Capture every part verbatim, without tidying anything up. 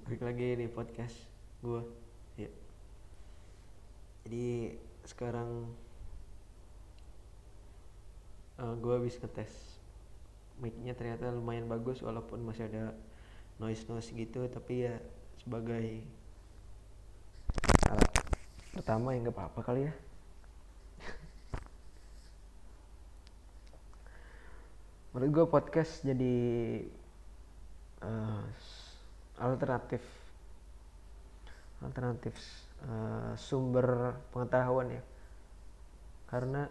Balik lagi di podcast gue. Ya. Jadi sekarang uh, gue habis ngetes mic-nya, ternyata lumayan bagus walaupun masih ada noise-noise gitu. Tapi ya sebagai alat pertama ya nggak apa-apa kali ya. Menurut gue podcast jadi uh, alternatif alternatif uh, sumber pengetahuan ya, karena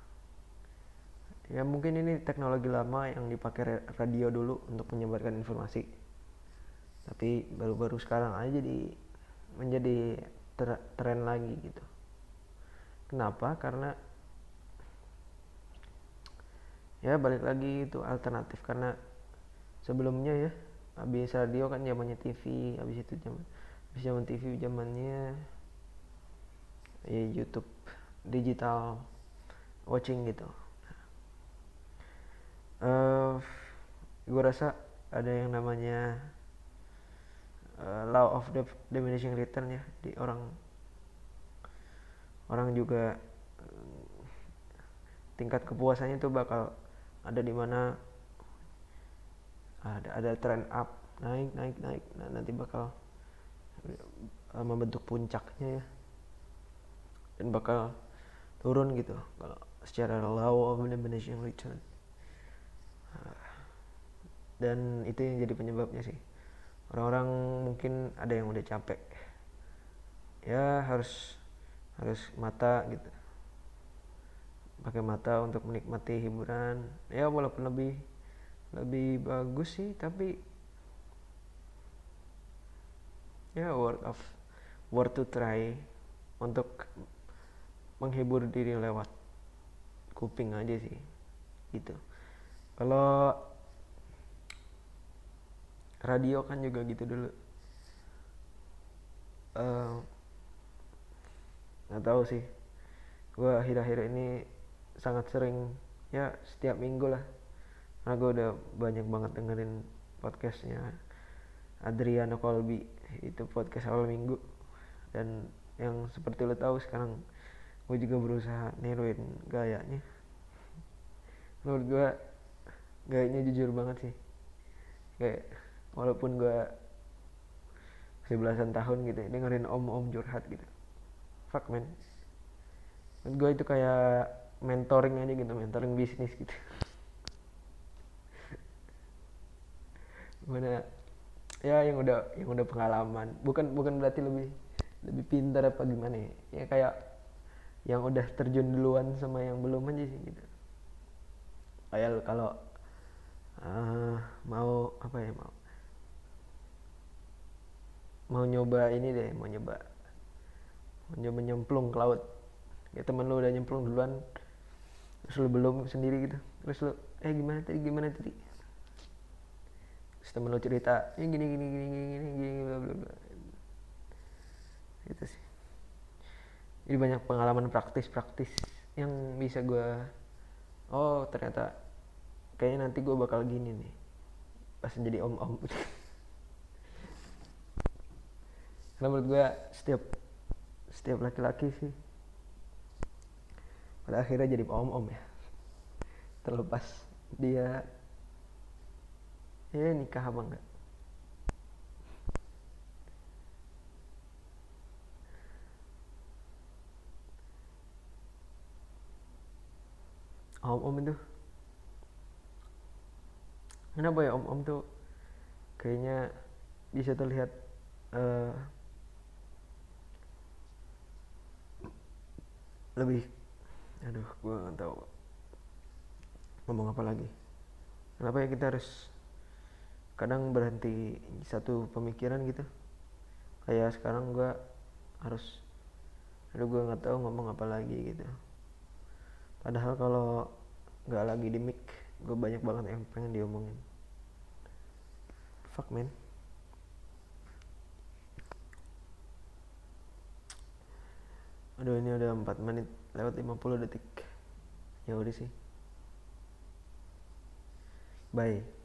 ya mungkin ini teknologi lama yang dipakai radio dulu untuk menyebarkan informasi, tapi baru-baru sekarang aja jadi menjadi ter- tren lagi gitu. Kenapa? Karena ya balik lagi itu alternatif, karena sebelumnya ya habis radio kan zamannya T V, habis itu zaman habis zaman T V zamannya ya YouTube digital watching gitu. Uh, gue rasa ada yang namanya uh, law of the diminishing return ya, di orang orang juga uh, tingkat kepuasannya tuh bakal ada di mana ada ada trend up, naik naik naik, nah nanti bakal uh, membentuk puncaknya ya, dan bakal turun gitu kalau secara law of diminishing return. Dan itu yang jadi penyebabnya sih, orang-orang mungkin ada yang udah capek ya, harus harus mata gitu, pakai mata untuk menikmati hiburan ya, walaupun lebih lebih bagus sih, tapi ya worth of worth to try untuk menghibur diri lewat kuping aja sih gitu. Kalau radio kan juga gitu dulu. uh, nggak tahu sih, gue akhir-akhir ini sangat sering ya, setiap minggu lah, karena gue udah banyak banget dengerin podcastnya Adriano Colby, itu podcast awal minggu. Dan yang seperti lo tahu sekarang gue juga berusaha niruin gayanya. Menurut gue gayanya jujur banget sih, kayak walaupun gue masih belasan tahun gitu dengerin om-om curhat gitu, fuck man. Menurut gue itu kayak mentoring aja gitu, mentoring bisnis gitu. Gimana ya, yang udah yang udah pengalaman, bukan bukan berarti lebih lebih pintar apa gimana ya, ya kayak yang udah terjun duluan sama yang belum aja sih gitu. Kayak kalau uh, mau apa ya, mau mau nyoba ini deh, mau nyoba mau nyoba nyemplung ke laut, ya temen lu udah nyemplung duluan terus lu belum sendiri gitu, terus lu eh gimana tadi gimana tadi terus temen lu cerita ini gini gini gini gini gini gini bla bla bla, gitu sih. Jadi banyak pengalaman praktis-praktis yang bisa gue, oh ternyata kayaknya nanti gue bakal gini nih pas jadi om-om. Karena menurut gue setiap setiap laki-laki sih pada akhirnya jadi om-om ya, terlepas dia ya nikah apa enggak. Om-om itu kenapa ya, om-om tuh kayaknya bisa terlihat uh, lebih, aduh gue nggak tahu ngomong apa lagi. Kenapa ya kita harus kadang berhenti satu pemikiran gitu, kayak sekarang gue harus, aduh gue nggak tahu ngomong apa lagi gitu, padahal kalau nggak lagi di mic gue banyak banget yang pengen diomongin. Fuck man. Aduh ini udah empat menit lewat lima puluh detik, ya udah sih, bye.